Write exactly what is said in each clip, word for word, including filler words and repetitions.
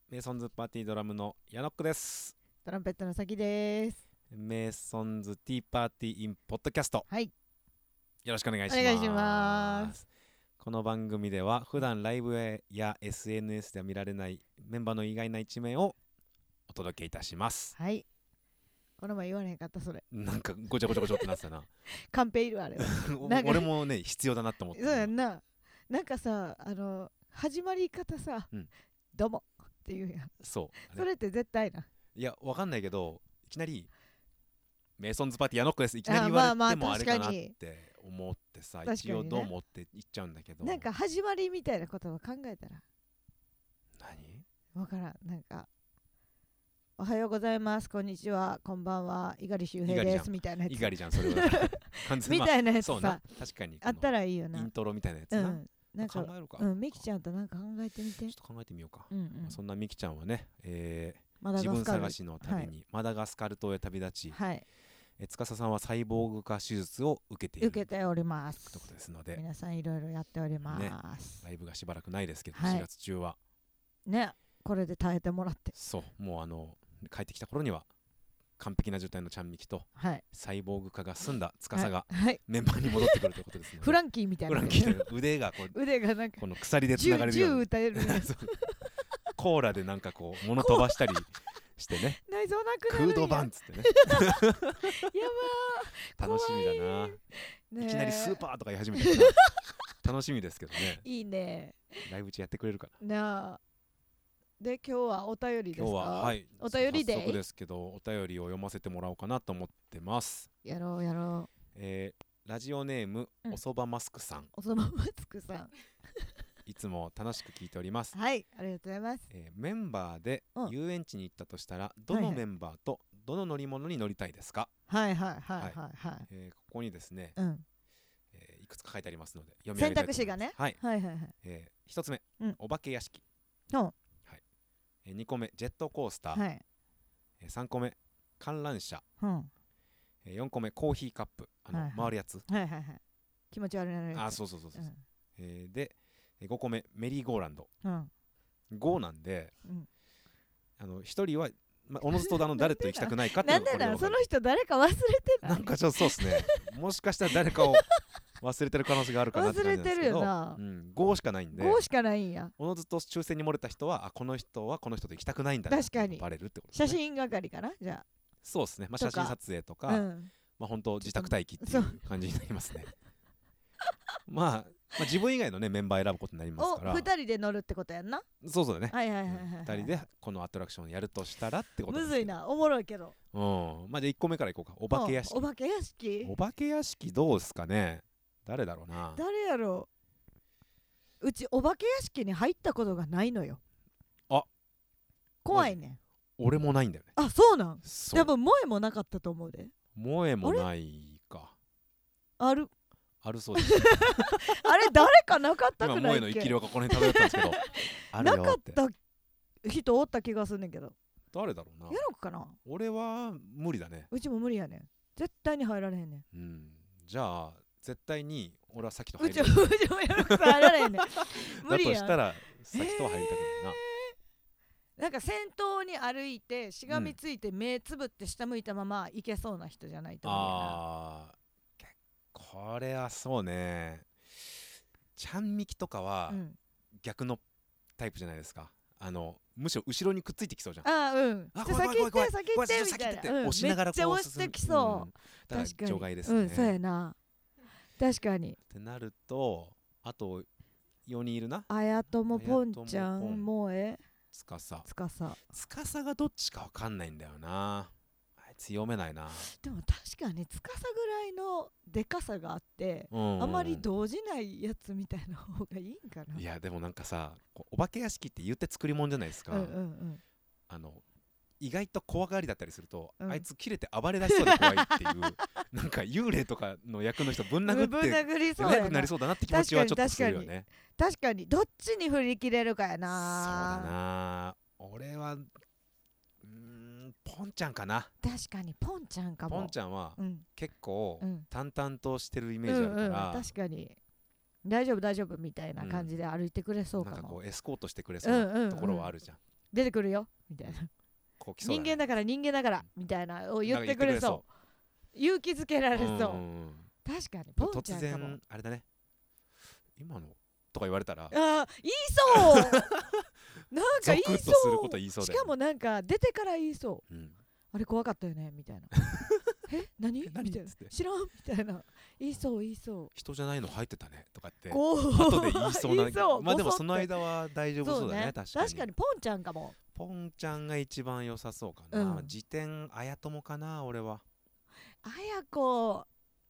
メイソンズパーティードラムのヤノックです。 トランペットのさきです。 メイソンズティーパーティーインポッドキャスト、 はい、 よろしくお願いします。 お願いします。 この番組では普段ライブや エスエヌエス では見られないメンバーの意外な一面をお届けいたします。 はい、この前言われへんかったそれ。 なんかごちゃごちゃごちゃってなってたな。 カンペいるあれ俺もね必要だなって思って。 そうやんな。なんかさ、あの始まり方さ、うん、どうもって言うやん。 そう、 それって絶対な。 いやわかんないけど、いきなりメイソンズパーティーヤノックですいきなり言われてもあれかなって思ってさ、ね、一応どう思って言っちゃうんだけど、 なんか始まりみたいなことを考えたら何わからん。なんかおはようございます、こんにちは、こんばんは、猪狩周平ですみたいなやつ。 猪狩じゃんそれは完全みたいなやつさ、 そうな、確かにあったらいいよな。 イントロみたいなやつな、うん、 なんか考えるか、 うん、ミキちゃんとなんか考えてみて。 ちょっと考えてみようか、 うんうん、 そんなミキちゃんはね、えー、自分探しの旅にマダガスカル島へ旅立ち、はい、え司さんはサイボーグ化手術を受けている受けておりますということですので、 皆さんいろいろやっております、ね、 ライブがしばらくないですけど、はい、しがつ中はね、これで耐えてもらって、 そう、もうあの帰ってきた頃には完璧な状態のちゃんみきと、はい、サイボーグ化が済んだ司が、はい、メンバーに戻ってくるということですね。 フランキーみたいな、 フランキー腕がこう腕がなんかこの鎖でつながれるように銃撃たれるコーラでなんかこう物飛ばしたりしてね内臓なくなる空洞バンっつってねやば楽しみだな、ね、いきなりスーパーとか言い始めたら楽しみですけどね。 いいね、 ライブ中やってくれるかな。 なあ、で今日はお便りですか。 今日ははい、 お便りで早速ですけどお便りを読ませてもらおうかなと思ってます。 やろうやろう、 えー、ラジオネーム、うん、おそばマスクさん。 おそばマスクさんいつも楽しく聞いております。 はい、ありがとうございます。 えー、メンバーで遊園地に行ったとしたら、うん、どのメンバーとどの乗り物に乗りたいですか。 はいはいはいはいはい、はい、 えー、ここにですね、うん、えー、いくつか書いてありますので読み上げたいと思います。選択肢がね、はい、はいはいはい、えー、ひとつめ、うん、お化け屋敷、うん、にこめジェットコースター、はい、さんこめ観覧車、うん、よんこめコーヒーカップ、あの、はいはい、回るやつ、はいはいはい、 気持ち悪いなるやつ、 あ、そうそうそうそう、うん、えー、でごこめメリーゴーランド、うん、ごなんで、うん、あのひとりは、ま、おのずとあの誰と行きたくないかっていうのがなんでだその人誰か忘れてないなんかちょっとそうですねもしかしたら誰かを忘れてる可能性があるかなって感じなんですけど、忘れてるよな、うん、ごしかないんで、 ごしかないんや。 おのずと抽選に漏れた人は、あ、この人はこの人と行きたくないんだ、 確かにバレるってことですね。 写真係かな、じゃあ。 そうですね、まあ、写真撮影とか、うん、まあ本当自宅待機っていう感じになりますねまあ、まあ自分以外のねメンバー選ぶことになりますから、 おふたりで乗るってことやんな。そうそうだね、 はいはいはいはい、 ふたりでこのアトラクションやるとしたらってことです。 むずいな、おもろいけど、 うん、まあじゃあいっこめからいこうか。お化け屋敷。 お化け屋敷お化け屋敷どうですかね。誰だろうな。 誰やろう。うちお化け屋敷に入ったことがないのよ。 あ、 怖いねん。 俺もないんだよね。 あ、そうなん。多分萌えもなかったと思うで。 萌えもないか。 あるあるそうですあれ誰かなかったくないっけ。 今萌えの生き量がこの辺漂ったんですけどあるよってなかった人おった気がすんねんけど、 誰だろうな。 やろうかな。 俺は無理だね。 うちも無理やねん。絶対に入られへんねん。 うん、じゃあ絶対に俺はさっきと入る。うちもうちもやろうか入られへんねん無理やん。 だとしたらさっきとは入りたくないな、 えー、なんか先頭に歩いてしがみついて目つぶって下向いたまま行けそうな人じゃないと思うな。 あー、これはそうね。ちゃんみきとかは逆のタイプじゃないですか。あのむしろ後ろにくっついてきそうじゃん。 あー、うん。 あ、怖い怖い怖い先行って先行ってみたいな、 押しながらこうめっちゃ押してきそう、うん、 だから除外ですね。 うん、そうやな。確かにってなると、あとよにんいるな。 あやともぽんちゃん、もえつかさつかさつかさがどっちかわかんないんだよな。あいつ読めないな。 でも確かにつかさぐらいのでかさがあって、うん、あまり動じないやつみたいな方がいいんかな。 いやでもなんかさ、お化け屋敷って言って作り物じゃないですか、うんうんうん、あの意外と怖がりだったりすると、うん、あいつ切れて暴れ出しそうで怖いっていうなんか幽霊とかの役の人ぶん殴ってぶん殴りそうやなくなりそうだなって気持ちはちょっとするよね。 確かにどっちに振り切れるかやな。そうだな。俺はうーんポンちゃんかな。 確かにポンちゃんかも。 ポンちゃんは結構淡々としてるイメージあるから、 うんうん、確かに大丈夫大丈夫みたいな感じで歩いてくれそうかも、 うん、なんかこうエスコートしてくれそうなところはあるじゃん、うんうんうん、 出てくるよみたいな、こう、ね、人間だから人間だからみたいなを言ってくれそう、勇気づけられそう、うん、確かにポンちゃんかも。 突然あれだね、今のとか言われたら、あ言いそうなんか言いそう、 ゾクッとすること言いそうだよね、 しかもなんか出てから言いそう、うん、あれ怖かったよねみたいなえ何みたいな、知らんみたいな、言いそう言いそう、 人じゃないの入ってたねとかって後で言いそうな言いそう、まあでもその間は大丈夫そうだね、確かに。 確かにポンちゃんかも。 ポンちゃんが一番良さそうかな、うん、辞典あやともかな、俺は。 あやこ、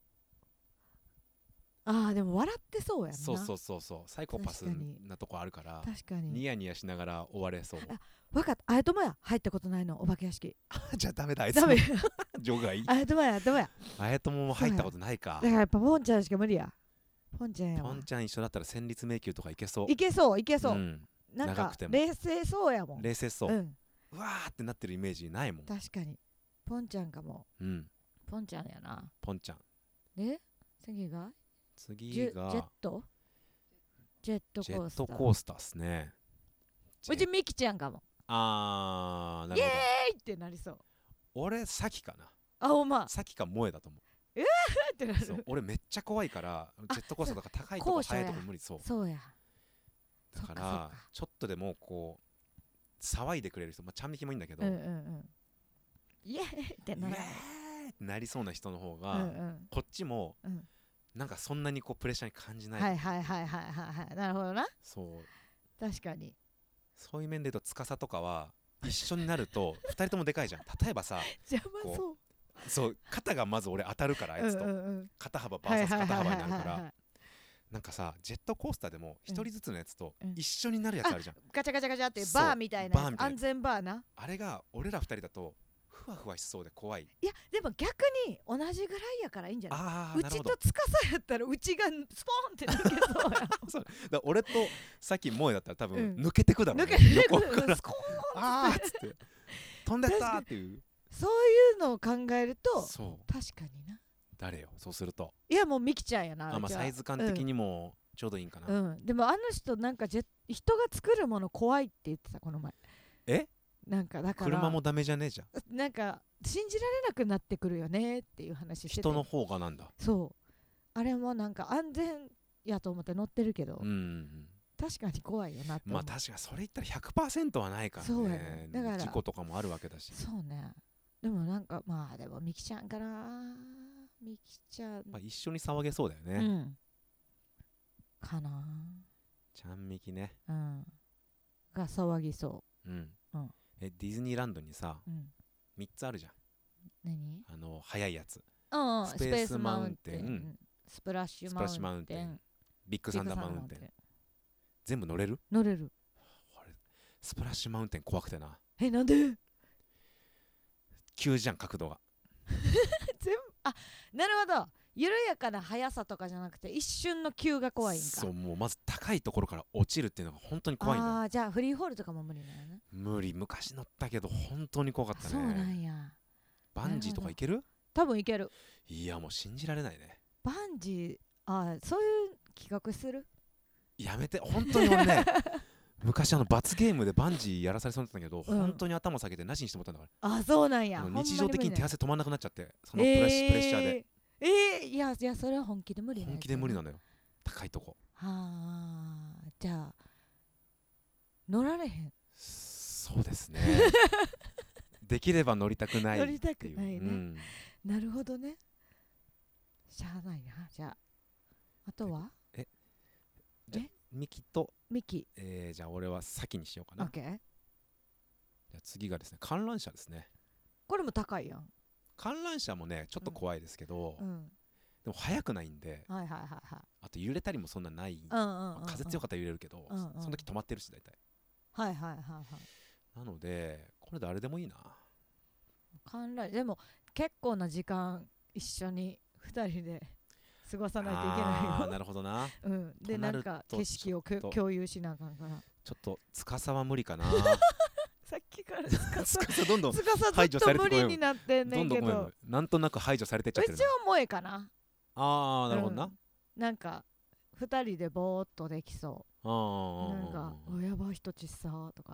あーでも笑ってそうやんな。 そうそうそうそう、サイコパスなとこあるから、 確かにニヤニヤしながら終われそう。 あ、分かった、あやともや入ったことないの、お化け屋敷じゃあダメだ、あいつも除外。 あやともや、あやともや、 あやともも入ったことないか。 だからやっぱポンちゃんしか無理や。ポンちゃんやわ。 ポンちゃん一緒だったら戦慄迷宮とかいけそう。 いけそういけそう、うん、なんか冷静そうやもん。 冷静そう、うん、うわーってなってるイメージないもん。 確かにポンちゃんかも。うん、ポンちゃんやな。 ポンちゃんで次が次がジェットジェットコースター。 ジェットコースターっすね。 うちミキちゃんかも。 あー、なるほど。 イエーイってなりそう。 俺サキかな。 あ、ほんま。 サキか萌えだと思う。 えーってなる。 そう、俺めっちゃ怖いからジェットコースターとか高いとこ速いとこ無理。そうそうや。 だからちょっとでもこう騒いでくれる人、まあちゃんみきもいいんだけど、うんうんうん、 イエーイってなる、 イエーイってなりそうな人の方が、うんうん、こっちも、うん、なんかそんなにこうプレッシャーに感じない。 はいはいはいはいはいはい、なるほどな。 そう確かにそういう面で言うと司とかは一緒になるとふたりともでかいじゃん。例えばさ邪魔そうそう肩がまず俺当たるから、あいつと、うんうんうん、肩幅 ブイエス 肩幅になるから、なんかさジェットコースターでも一人ずつのやつと一緒になるやつあるじゃん、うん、 ガチャガチャガチャってバーみたいな安全バーな。 あれが俺らふたりだとふわふわしそうで怖い。 いやでも逆に同じぐらいやからいいんじゃない。あうちと司やったらうちがスポーンって抜けそうやそうだ俺とさっき萌えだったら多分抜けてくだろうね、 うん、抜けてくるスコーンあーっつって飛んでったっていう、 そういうのを考えるとそう確かにな。 誰よそうすると。 いやもうミキちゃんやな。 あ、まあ、サイズ感的にもちょうどいいんかな、 うんうん、でもあの人なんかジェ人が作るもの怖いって言ってたこの前。 えなんかだから車もダメじゃねえじゃん。 なんか信じられなくなってくるよねっていう話してて、 人の方がなんだ。 そうあれもなんか安全やと思って乗ってるけど、うんうん、確かに怖いよなって。 まあ確かにそれ言ったら ひゃくパーセント はないからね。そうやね。だから事故とかもあるわけだし。 そうね。でもなんかまあでもミキちゃんかな。ミキちゃん、 まあ、一緒に騒げそうだよね、うん、 かな。 ちゃんみきね、 うん、が騒ぎそう、うんうん、えディズニーランドにさ、うん、みっつあるじゃん。 何あの速いやつ、 うん、スペースマウンテン、うん、スプラッシュマウンテン、 ビッグサンダーマウンテン、全部乗れる？ 乗れる。 スプラッシュマウンテン怖くてな。 え、なんで？ 急じゃん角度が全部あ、なるほど。緩やかな速さとかじゃなくて一瞬の急が怖いんか。 そう、もうまず高いところから落ちるっていうのが本当に怖いんだよ。 ああ、じゃあフリーホールとかも無理だよね。 無理。昔乗ったけど本当に怖かったね。 そうなんや。 バンジーとかいける？ 多分いける。 いやもう信じられないね。 バンジー、ああ、そういう企画する？ やめて、本当に俺ね昔あの罰ゲームでバンジーやらされそうだったけど、うん、本当に頭下げてなしにしてもらったんだから。 あ、そうなんや。 日常的に手汗止まんなくなっちゃって、そのプレッシ、えー、プレッシャーで。 えー、いやいや、それは本気で無理なやつ。 本気で無理なのよ、高いとこ。 はあ、じゃあ乗られへん。 そうですねできれば乗りたくない。 乗りたくないね、うん、なるほどね。しゃあないな。じゃああとはえじゃあミキとミキ、 えー、じゃあ俺は先にしようかな。 OK。 じゃあ次がですね、観覧車ですね。これも高いやん。 観覧車もねちょっと怖いですけど、うん、でも速くないんで、 はいはいはいはい、 あと揺れたりもそんなない、うんうんうんうん、風強かったら揺れるけど、うんうん、その時止まってるし大体。 はいはいはいはい。 なのでこれ誰でもいいな。 観覧でも結構な時間一緒にふたりで過ごさないといけないよ。 あなるほどな、 うん、でなんか景色を共有しなあかんから。 ちょっと司は無理かなさっきから司どんどん排除されて無理になってんねんけど、どんどんなんとなく排除されてっちゃってる。 うちは萌えかな。 ああなるほどな、うん、 なんかふたりでぼーっとできそう。あなんかおやばい人ちっさーとか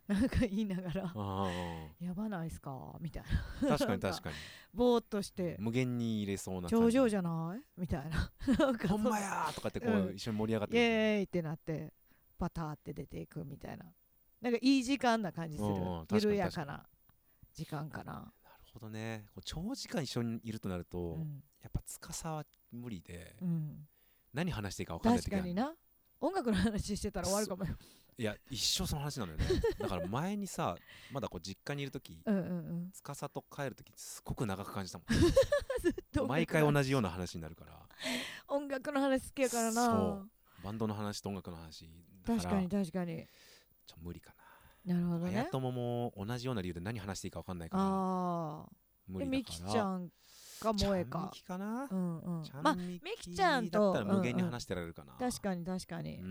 なんか言いながらやばないっすかみたいな。 確かに確かにぼーっとして無限に入れそうな感じ。 頂上じゃないみたいな。 ほんまやーとかってこう、うん、一緒に盛り上がって、 イエーイってなってパターって出ていくみたいな。なんかいい時間な感じする、うん、緩やかな時間かな。なるほどね。長時間一緒にいるとなると、うん、やっぱ司は無理で、うん、何話していいか分かんない時確かにな。音楽の話してたら終わるかもよ。 いや一生その話なのよね。だから前にさまだこう実家にいる時司と帰る時すごく長く感じたもん。毎回同じような話になるから。 音楽の話好きやからな。 そうバンドの話と音楽の話だから。 確かに確かにちょ無理かな。なるほどね。 綾友も同じような理由で何話していいか分かんないからあ無理だから。みきちゃんか萌えか。 ちゃんみきかな。 うんうん。まあみきちゃんとだったら無限に話してられるかな。 うんうん、確かに確かに、うん。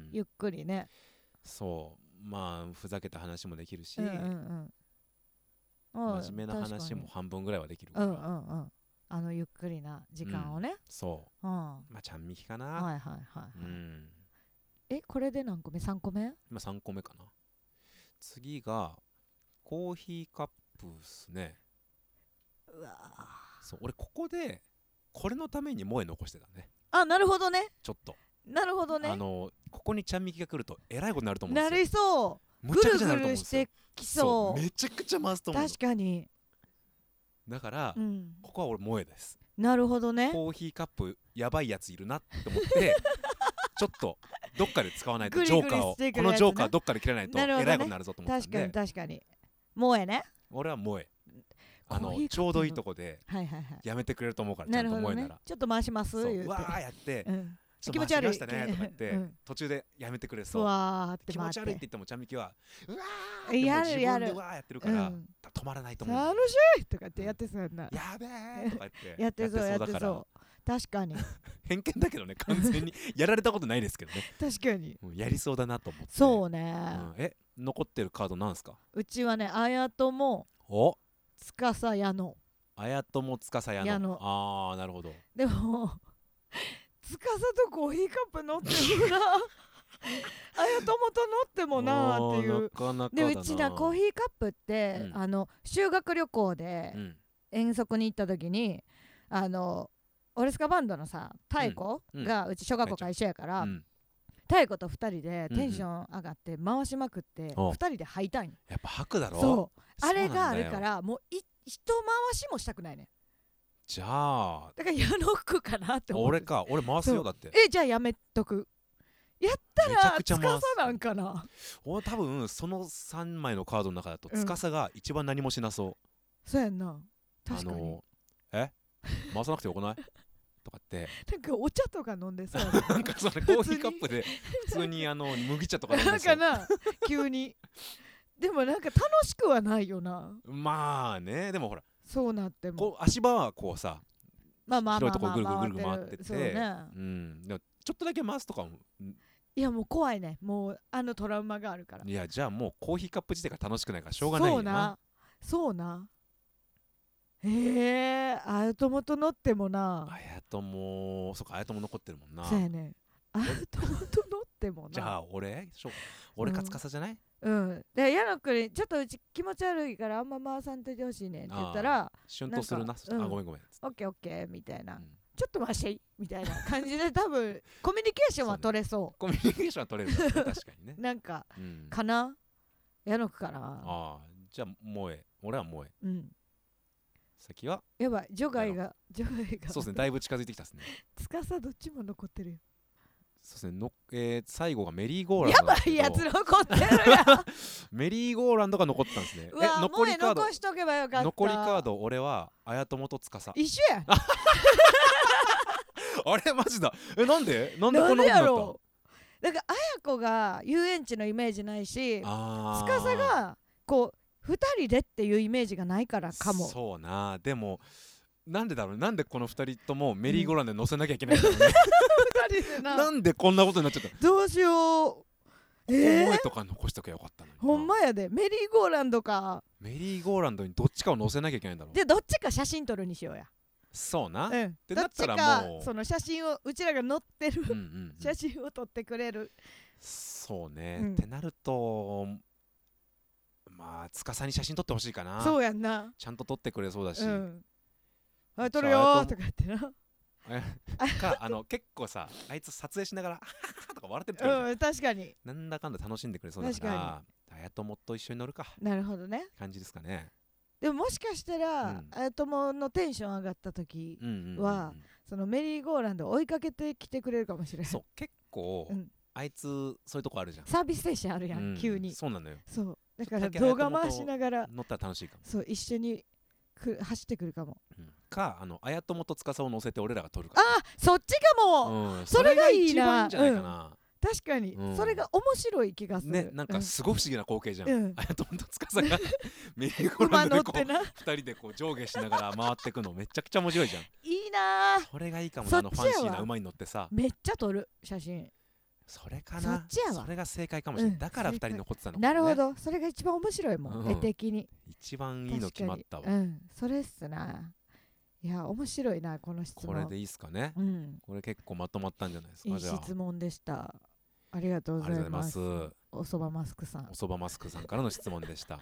ゆっくりね。 そうまあふざけた話もできるし、うんうんうん、真面目な話も半分ぐらいはできるから、うんうんうん、 あのゆっくりな時間をね、うん、 そう、うん、まあちゃんみきかな。 はいはいはい、はい、うん、えこれで何個目？さんこめ？ 今さんこめかな。次がコーヒーカップっすね。うわそう俺ここでこれのために萌え残してたね。 あなるほどね。 ちょっとなるほどね。 あのここにちゃんみきが来るとえらいことになると思うんですよ。 なりそう。 むちゃくちゃなると思うんですよ。 ぐるぐるしてきそう。 めちゃくちゃ回すと思う。 確かに。 だから、うん、ここは俺萌えです。 なるほどね。 コーヒーカップやばいやついるなって思ってちょっとどっかで使わないとジョーカーを、ね、このジョーカーどっかで切らないとえらいことになるぞと思ったんで、 ね、確かに確かに萌えね。 俺は萌えあのちょうどいいとこでやめてくれると思うから、ちゃんと萌えなら、ね、 ちょっと回します言うてわーやって、うん気持ち悪いしたねとか言って、うん、途中でやめてくれそう。気持ち悪いって言ってもちゃんみきはうわーってもう自分でわーやってるから、うん、止まらないと思う。 楽しいとかってやってそうやんな、うん、 やべーとか言ってやってそうやってそう確かに偏見だけどね完全にやられたことないですけどね確かに、 うん、やりそうだなと思って。 そうね、 うん、え残ってるカードなんすか？ うちはねあやともおつかさやのあやともつかさやのやのあーなるほど。 でもつかさとコーヒーカップ乗ってるなあやともと乗ってもなーっていう。 なかなかでうちなコーヒーカップって、うん、あの修学旅行で遠足に行った時に、うん、あのオレスカバンドのさ太鼓が、うん、うち小学校から一緒やから、うん、太鼓とふたりでテンション上がって回しまくって、うん、ふたりで吐いたんよ。 やっぱ吐くだろ。 そうあれがあるからもうい一回しもしたくないね。 じゃあだから矢野区かなって思う。 俺か俺回すよだって。 えじゃあやめとく。やったらつかさなんかな。 俺多分そのさんまいのカードの中だとつかさが一番何もしなそう、うん、 そうやんな。確かに、あのー、え回さなくてよくないとかってなんかお茶とか飲んでそうなんかそれコーヒーカップで普通にあの麦茶とか飲んでそうなんかな急にでもなんか楽しくはないよな。 まあねでもほらそうなってもこう足場はこうさ、 まあまあまあまあ、 広いとこぐるぐるぐるぐる回ってて、 そうね、 うん、でもちょっとだけ回すとかもいやもう怖いね。もうあのトラウマがあるから。 いやじゃあもうコーヒーカップ自体が楽しくないからしょうがないよな。 そうなそうなへえあやともと乗ってもな。 あやともそっかあやとも残ってるもんな。 そうやねあやともと乗ってもなじゃあ俺俺かつかさじゃない、 うん、うん、で矢野くんにちょっとうち気持ち悪いからあんま回さんといてほしいねんって言ったらシュンとするな。 うん、 あごめんごめんオッケーオッケーみたいな、うん、ちょっと回していいみたいな感じで多分コミュニケーションは取れそう。 コミュニケーションは取れる、ね、確かにねなんか、うん、かな矢野くんかな。 あじゃあ萌え俺は萌え、 うん、 先はやばい除外が除外がそうですねだいぶ近づいてきたっすね。 つかさどっちも残ってるよ。 そうですねの、えー、最後がメリーゴーランド。 やばいやつ残ってるやメリーゴーランドが残ったんですね。 うわえ残りカード残しとけばよかった。 残りカード俺はあやともとつかさ一緒やあれマジだえなんでなんでこんなことになったの。 だからあやこが遊園地のイメージないしつかさがこうふたりでっていうイメージがないからかも。 そうなでもなんでだろうなんでこのふたりともメリーゴーランドに乗せなきゃいけないんだろうね、 うん、でな, なんでこんなことになっちゃったどうしよう。えー、声とか残しとけばよかったのに。 ほんまやでメリーゴーランドかメリーゴーランドにどっちかを乗せなきゃいけないんだろう。 でどっちか写真撮るにしようや。 そうな、 うん、 ってなったらもうその写真をうちらが載ってる、うんうんうん、写真を撮ってくれる。 そうね、うん、ってなるとまあ司に写真撮ってほしいかな。 そうやんな。 ちゃんと撮ってくれそうだし、 うん、あ撮るよーとか言ってなかあの結構さあいつ撮影しながらとか笑ってる時あるじゃん、 うん、確かになんだかんだ楽しんでくれそうだから綾友と一緒に乗るか。 なるほどね、 感じですかね。 でももしかしたら綾友、うん、のテンション上がった時は、うんうんうんうん、そのメリーゴーランド追いかけてきてくれるかもしれない。 そう結構、うん、あいつそういうとこあるじゃん。 サービス精神あるやん、うん、急に。 そうなのよ。 そうだから動画回しながら乗ったら楽しいかも。 そう一緒にく走ってくるかも、 うん、かあの綾友と司を乗せて俺らが撮るか、 ね、あそっちかも、うん、それがいいな。それが一番いいんじゃないかな、うん、確かに、うん、それが面白い気がするね。なんかすごい不思議な光景じゃん、うん、綾友と司がメリーゴーランドでこうふたりでこう上下しながら回ってくのめちゃくちゃ面白いじゃん。いいなそれがいいかもな。あのファンシーな馬に乗ってさめっちゃ撮る写真。それかな。そっちやわ。 それが正解かもしれない、うん、だからふたり残ってたの、ね、 なるほど。それが一番面白いもん、うん、絵的に一番いいの決まったわ、 うん、それっすな。いや面白いなこの質問。 これでいいっすかね、うん、これ結構まとまったんじゃないですか。 いい質問でした。ありがとうございます。おそばマスクさん。 おそばマスクさんからの質問でした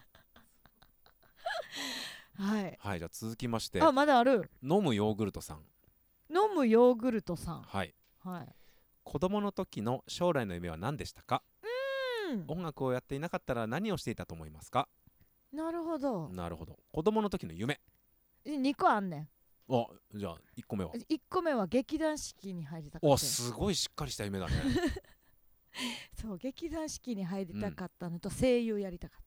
はい、 はい、じゃあ続きまして、 あまだある。 飲むヨーグルトさん。 飲むヨーグルトさん。 はい、 はい、 子供の時の将来の夢は何でしたか。うーん、音楽をやっていなかったら何をしていたと思いますか。 なるほどなるほど。子供の時の夢にこあんねん。 あ、じゃあいっこめは。 いっこめは劇団四季に入りたかった。 お、すごいしっかりした夢だねそう劇団四季に入りたかったのと、うん、声優やりたかった。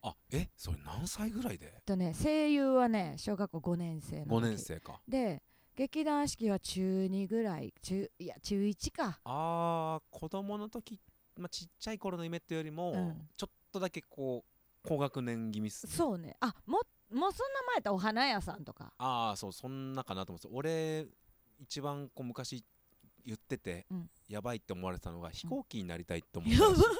あ、え、それ何歳ぐらいで。 とね、声優はね小学校ごねん生の時。 ごねん生か。 で劇団四季は中にぐらい、中いや中いちか。 あー、子供の時、まあ、ちっちゃい頃の夢っていうよりも、うん、ちょっとだけこう高学年気味っすね。 そうね。あ、ももうそんな前やったらお花屋さんとか。 ああ、そう、そんなかなと思って。俺一番こう昔言ってて、うん、やばいって思われてたのが飛行機になりたいって思ってたし、うん、か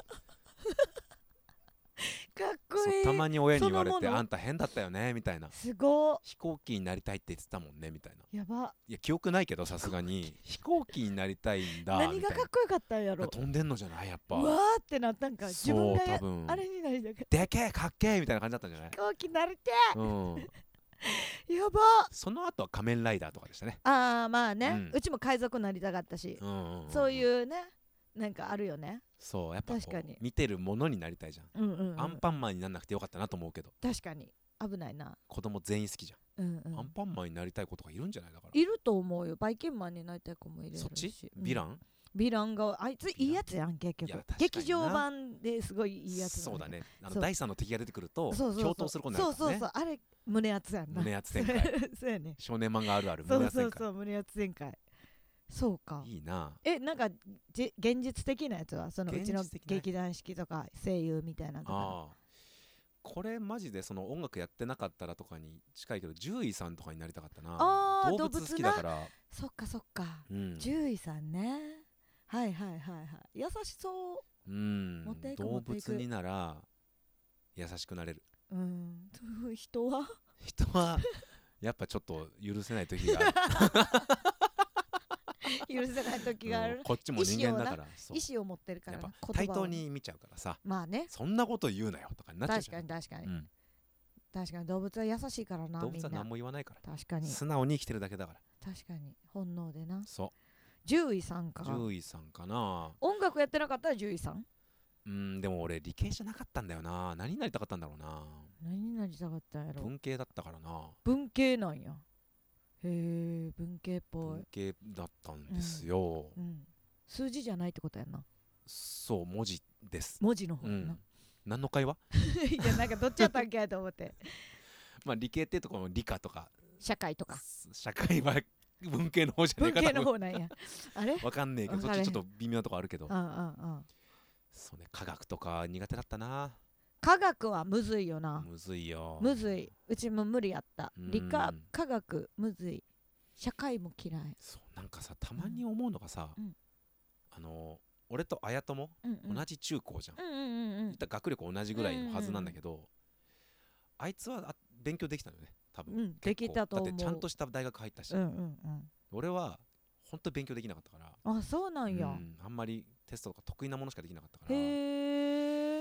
っこいい。 たまに親に言われてあんた変だったよねみたいな。 すご飛行機になりたいって言ってたもんねみたいな。 やば。 いや記憶ないけどさすがに飛行機になりたいんだ。 何がかっこよかったんやろ。 飛んでんのじゃないやっぱ。 うわーってなったんか。自分が多分あれになりたかった。 でけえかっけえみたいな感じだったんじゃない。 飛行機なりてえ、うん、やば。 その後は仮面ライダーとかでしたね。 ああまあね、うん、うちも海賊になりたかったし、うんうんうんうん、そういうねなんかあるよね。 そうやっぱこう見てるものになりたいじゃん、うんうんうん、アンパンマンになんなくてよかったなと思うけど。 確かに危ないな。 子供全員好きじゃん、うんうん、アンパンマンになりたい子とかいるんじゃない。だからいると思うよ。バイキンマンになりたい子もいるし。 そっち、うん、ヴィランヴィランがあいついいやつやん結局。劇場版ですごいいいやつ。 そうだね。あの第三の敵が出てくると共闘することになるからね。そうそうそう、 あれ胸熱やんな。 胸熱展開そうやね。少年漫画あるある胸熱展開。そうそうそう胸熱展開。そうか。いいな。えなんかじ現実的なやつはそのうちの劇団四季とか声優みたいなとか。あこれマジでその音楽やってなかったらとかに近いけど獣医さんとかになりたかったな。あ動物好きだから。 そっかそっか、うん、獣医さんね。はいはいはいはい。優しそう。うん。 動物になら優しくなれる。 うん。人は人はやっぱちょっと許せない時がある許せない時がある、 うん、こっちも人間だから意思を持ってるからやっぱ対等に見ちゃうからさ。 まあね。 そんなこと言うなよとかになっちゃうじゃん。 確かに確かに、うん、確かに動物は優しいからな。 動物は何も言わないから。 確かに素直に生きてるだけだから。 確かに本能でな。 そう獣医さんか。 獣医さんかな。 音楽やってなかったら獣医さん。 うんでも俺理系じゃなかったんだよな。何になりたかったんだろうな。 何になりたかったんやろ。 文系だったからな。 文系なんや。へえ文系っぽい。 文系だったんですよ、 うんうん、数字じゃないってことやな。 そう文字です。 文字の方やな、うん、 何の会話いやなんかどっちやったっけやと思ってまあ理系ってところの理科とか社会とか。 社会は文系の方じゃないかな。 文系の方なんやあれわかんねえけどそっちちょっと微妙なとこあるけど。 ああああそうね科学とか苦手だったな。 科学はむずいよな。 むずいよ。 むずい。うちも無理やった。理科科学むずい。社会も嫌い。 そうなんかさたまに思うのがさ、うん、あの俺と綾友、うんうん、同じ中高じゃん、うんうんうん、学力同じぐらいのはずなんだけど、うんうんうん、あいつは勉強できたのよね多分、うん、 できたと思う。 だってちゃんとした大学入ったし、うんうんうん、俺は本当に勉強できなかったから。 あそうなんや、うん、 あんまりテストとか得意なものしかできなかったから。 へえ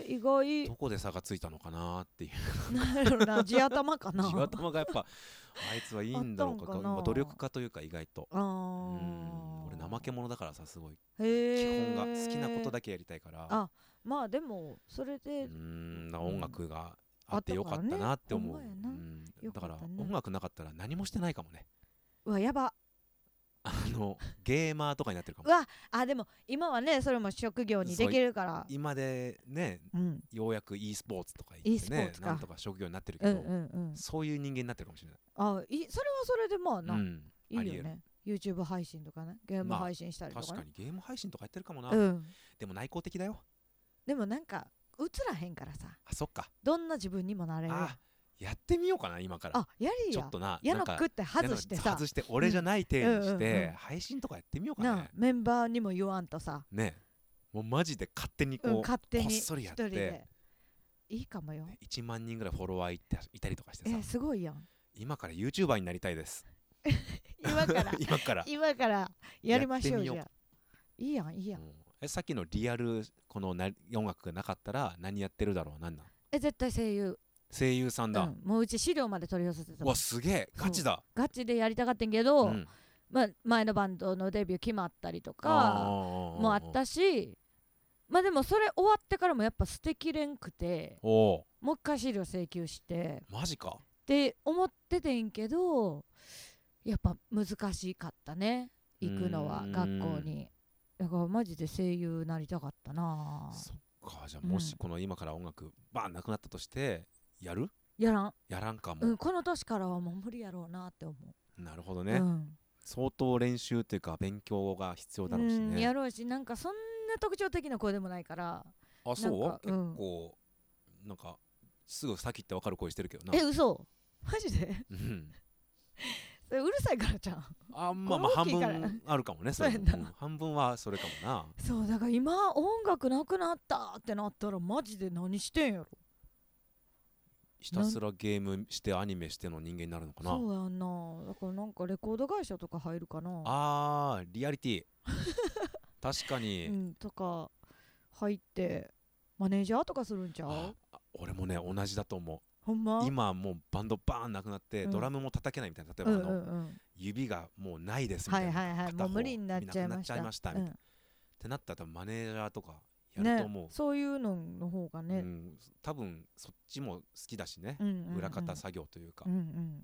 えー、意外どこで差がついたのかなっていうなんやろな地頭かな地頭がやっぱあいつはいいんだろうかと、まあ、努力家というか意外とあうん俺怠け者だからさすごいへ基本が好きなことだけやりたいからあまあでもそれでうん音楽があってよかったなって思う、ねうん、だから音楽なかったら何もしてないかもねうわやばあのゲーマーとかになってるかもうわあでも今はねそれも職業にできるから今でね、うん、ようやく e スポーツとか言ってねなんとか職業になってるけど、うんうんうん、そういう人間になってるかもしれないあいそれはそれでまあな、うん、いいよね YouTube 配信とかねゲーム配信したりとか、ねまあ、確かにゲーム配信とかやってるかもな、うん、でも内向的だよでもなんか映らへんからさあそっかどんな自分にもなれるあやってみようかな今からあやりやちょっとなやのくって外してさ外して俺じゃない体にして、うんうんうん、配信とかやってみようかねなメンバーにも言わんとさねもうマジで勝手にこう、うん、勝手にこっそりやっていいかもよいちまんにんぐらいフォロワーいっていたりとかしてさえー、すごいやん今から YouTuber になりたいです今から今から今からやりましょうじゃあいいやんいいやん、うん、 えさっきのリアルこのな音楽がなかったら何やってるだろう何なんえ絶対声優声優さんだ、うん、 もううち資料まで取り寄せてたわすげえガチだガチでやりたかったんけど、うんまあ、前のバンドのデビュー決まったりとかもあったしまあでもそれ終わってからもやっぱ捨てきれんくてもう一回資料請求してマジかって思っててんけどやっぱ難しかったね行くのは学校にだからマジで声優なりたかったなそっかじゃあもしこの今から音楽バーンなくなったとしてやるやらんやらんかも、 うん、この年からはもう無理やろうなって思うなるほどね、うん、相当練習っていうか勉強が必要だろうしね、 うん、やろうしなんかそんな特徴的な声でもないからあそう結構、うん、なんかすぐ先って分かる声してるけどなえ嘘マジでうんそれうるさいからじゃんあまあまあ半分あるかもねそれ、うん、半分はそれかもなそうだから今音楽なくなったってなったらマジで何してんやろひたすらゲームしてアニメしての人間になるのかなそうやんなだからなんかレコード会社とか入るかなあーリアリティ確かに、 うん、とか入ってマネージャーとかするんちゃう俺もね同じだと思うほんま今もうバンドバーンなくなって、うん、ドラムも叩けないみたいな例えばあの、うんうんうん、指がもうないですみたいな、 はいはいはい、もう無理になっちゃいました、 みたいな、うん、ってなったらマネージャーとかやると思う、ね、 そういうのの方がね、 うん、多分そっちも好きだしね、うんうんうん、裏方作業というか、 うんうん、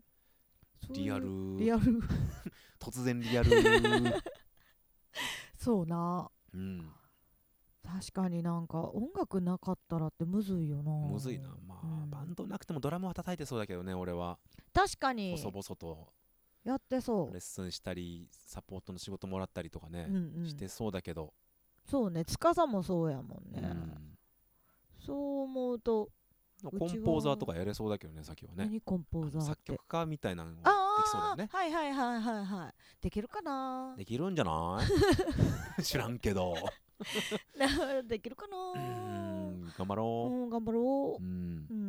リアルリアル突然リアルそうな、 うん、 確かになんか音楽なかったらってむずいよなむずいなまあ、うん、バンドなくてもドラムは叩いてそうだけどね俺は確かに細々とやってそうレッスンしたりサポートの仕事もらったりとかね、うんうん、してそうだけどそうね司もそうやもんね、うん、そう思うとコンポーザーとかやれそうだけどねさっきはね何コンポーザーって作曲家みたいなのできそうだよねはいはいはいはいはいできるかなできるんじゃない知らんけどできるかなうん頑張ろう、 うん、頑張ろう、 うんうん、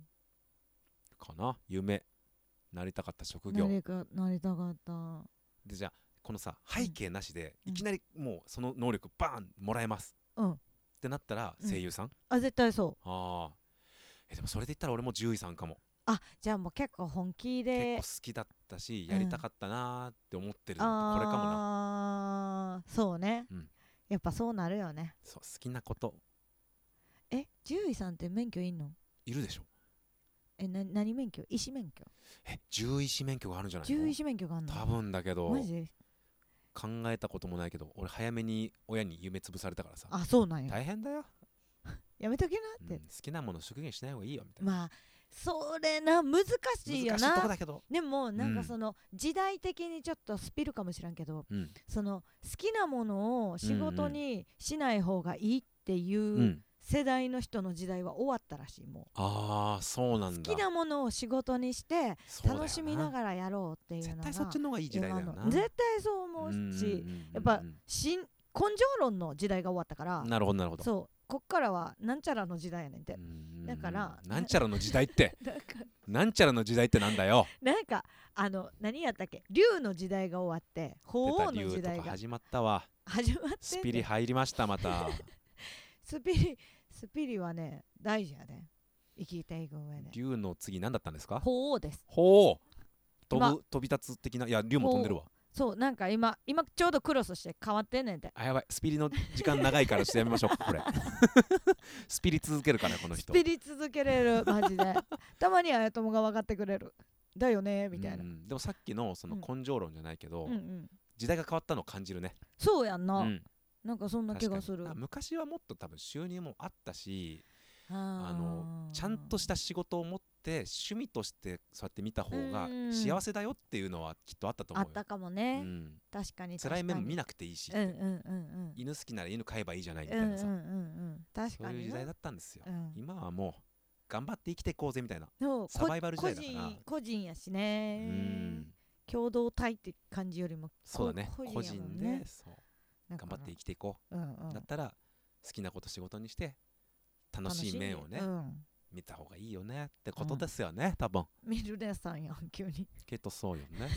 かな夢なりたかった職業なりかなりたかったでじゃあこのさ背景なしで、うん、いきなりもうその能力バーンもらえます、うん、ってなったら声優さん、うん、 あ絶対そうあえでもそれで言ったら俺も獣医さんかもあじゃあもう結構本気で結構好きだったしやりたかったなって思ってるのってこれかもな、 あそうね、うん、やっぱそうなるよねそう好きなことえ獣医さんって免許いんのいるでしょえな何免許医師免許え獣医師免許があるんじゃないの獣医師免許があるの多分だけどマジ考えたこともないけど俺早めに親に夢潰されたからさあそうなんや大変だよやめとけなって、 うん、好きなもの職業にしない方がいいよみたいなまあそれな難しいよな難しいとこだけどでもなんかその、うん、時代的にちょっとスピルかもしらんけど、うん、その好きなものを仕事にしない方がいいっていう世代の人の時代は終わったらしいもうああそうなんだ好きなものを仕事にして楽しみながらやろうっていうのが絶対そっちの方がいい時代だよな絶対そう思うしやっぱ新根性論の時代が終わったからなるほどなるほどそうこっからはなんちゃらの時代やねんてだからなんちゃらの時代ってなんちゃらの時代ってなんだよなんかあの何やったっけ竜の時代が終わって鳳凰の時代が始まったわ始まってスピリ入りましたまたスピリスピリはね大事やで、生きていく上で。 竜の次何だったんですか？ 鳳凰です。 鳳凰、飛ぶ飛び立つ的な。いや竜も飛んでるわ。 そう、なんか今今ちょうどクロスして変わってんねんて。 あ、やばい、スピリの時間長いからちょっとやめましょうこれスピリ続けるからこの人。 スピリ続けれるマジでたまにあやともが分かってくれるだよねみたいな。 でもさっきのその根性論じゃないけど、 うんうん、 時代が変わったのを感じるね。 そうやんな、うん、なんかそんな気がする。 昔はもっと多分収入もあったし、あのちゃんとした仕事を持って趣味としてそうやって見た方が幸せだよっていうのはきっとあったと思うよ。 あったかもね、うん、確かに辛い面も見なくていいし、うんうんうんうん、犬好きなら犬飼えばいいじゃないみたいなさ、うんうんうんうん、確かにそういう時代だったんですよ、うん、今はもう頑張って生きていこうぜみたいなサバイバル時代だから。個人、 個人やしね、うん、共同体って感じよりもそうだね、個人, 個人でそう頑張って生きていこう、うんうん、だったら好きなこと仕事にして楽しい面をね、うん、見た方がいいよねってことですよね、うん、多分。 ミル姉さんやん急に。 けどそうよね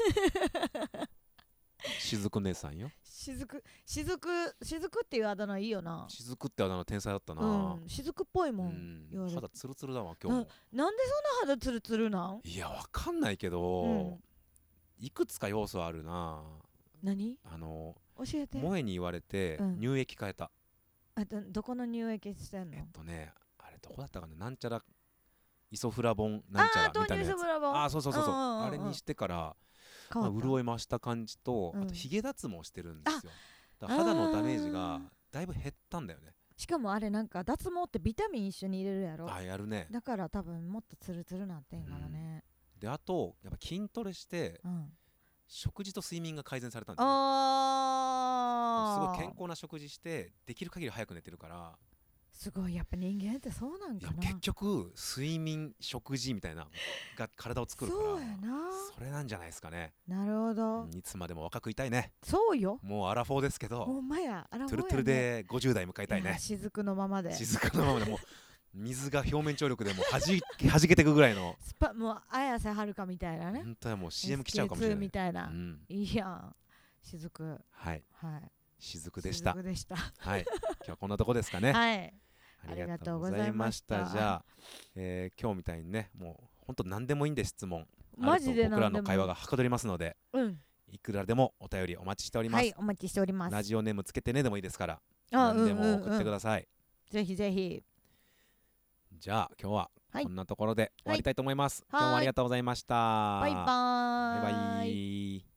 しずく姉さんよ。 しずくしずくしずくっていうあだ名いいよな。 しずくってあだ名天才だったな、 うん、しずくっぽいもん、うん、 肌ツルツルだわ今日も。 な, なんでそんな肌ツルツルなん？ いやわかんないけど、うん、いくつか要素あるな。 何？ あの教えて。 萌えに言われて乳液変えた、 うん、あ ど, どこの乳液してんの？ えっとねあれどこだったかな、なんちゃらイソフラボンなんちゃらみたいなやつ。ああそうそうそうそう、うんうんうん、あれにしてからまあ、潤い増した感じと、うん、あとヒゲ脱毛してるんですよ。だから肌のダメージがだいぶ減ったんだよね。 しかもあれなんか脱毛ってビタミン一緒に入れるやろ。 あ、やるね。 だから多分もっとツルツルなってんかもね、 うん、であとやっぱ筋トレして、うん、食事と睡眠が改善されたんですよ、ね、 あすごい健康な食事してできる限り早く寝てるから。 すごいやっぱ人間ってそうなんかな。 結局睡眠食事みたいなが体を作るから、 そうやな、 それなんじゃないですかね。 なるほど、 うん、いつまでも若くいたいね。 そうよ、 もうアラフォーですけど、 ほんまやアラフォーやね、 トゥルトゥルでごじゅう代迎えたいね。 雫のままで雫のままでもう水が表面張力でもうはじはじけていくぐらいのスパ、もう綾瀬はるかみたいなね。 本当はもう シーエム 来ちゃうかもしれないみたいな、うん、いいやん雫。はいはい、雫でした。 雫でしたはい、今日はこんなとこですかね。 はい、ありがとうございました。 じゃあ、えー、今日みたいにね、もう本当何でもいいんで質問マジで僕らの会話がはかどりますので、うん、いくらでもお便りお待ちしております。はい、 お待ちしております。 ラジオネームつけてねでもいいですから、何でも送ってください、うんうんうん、 ぜひぜひ。 じゃあ今日はこんなところで終わりたいと思います、はい、今日もありがとうございました。 バイバーイ。 バイバイ。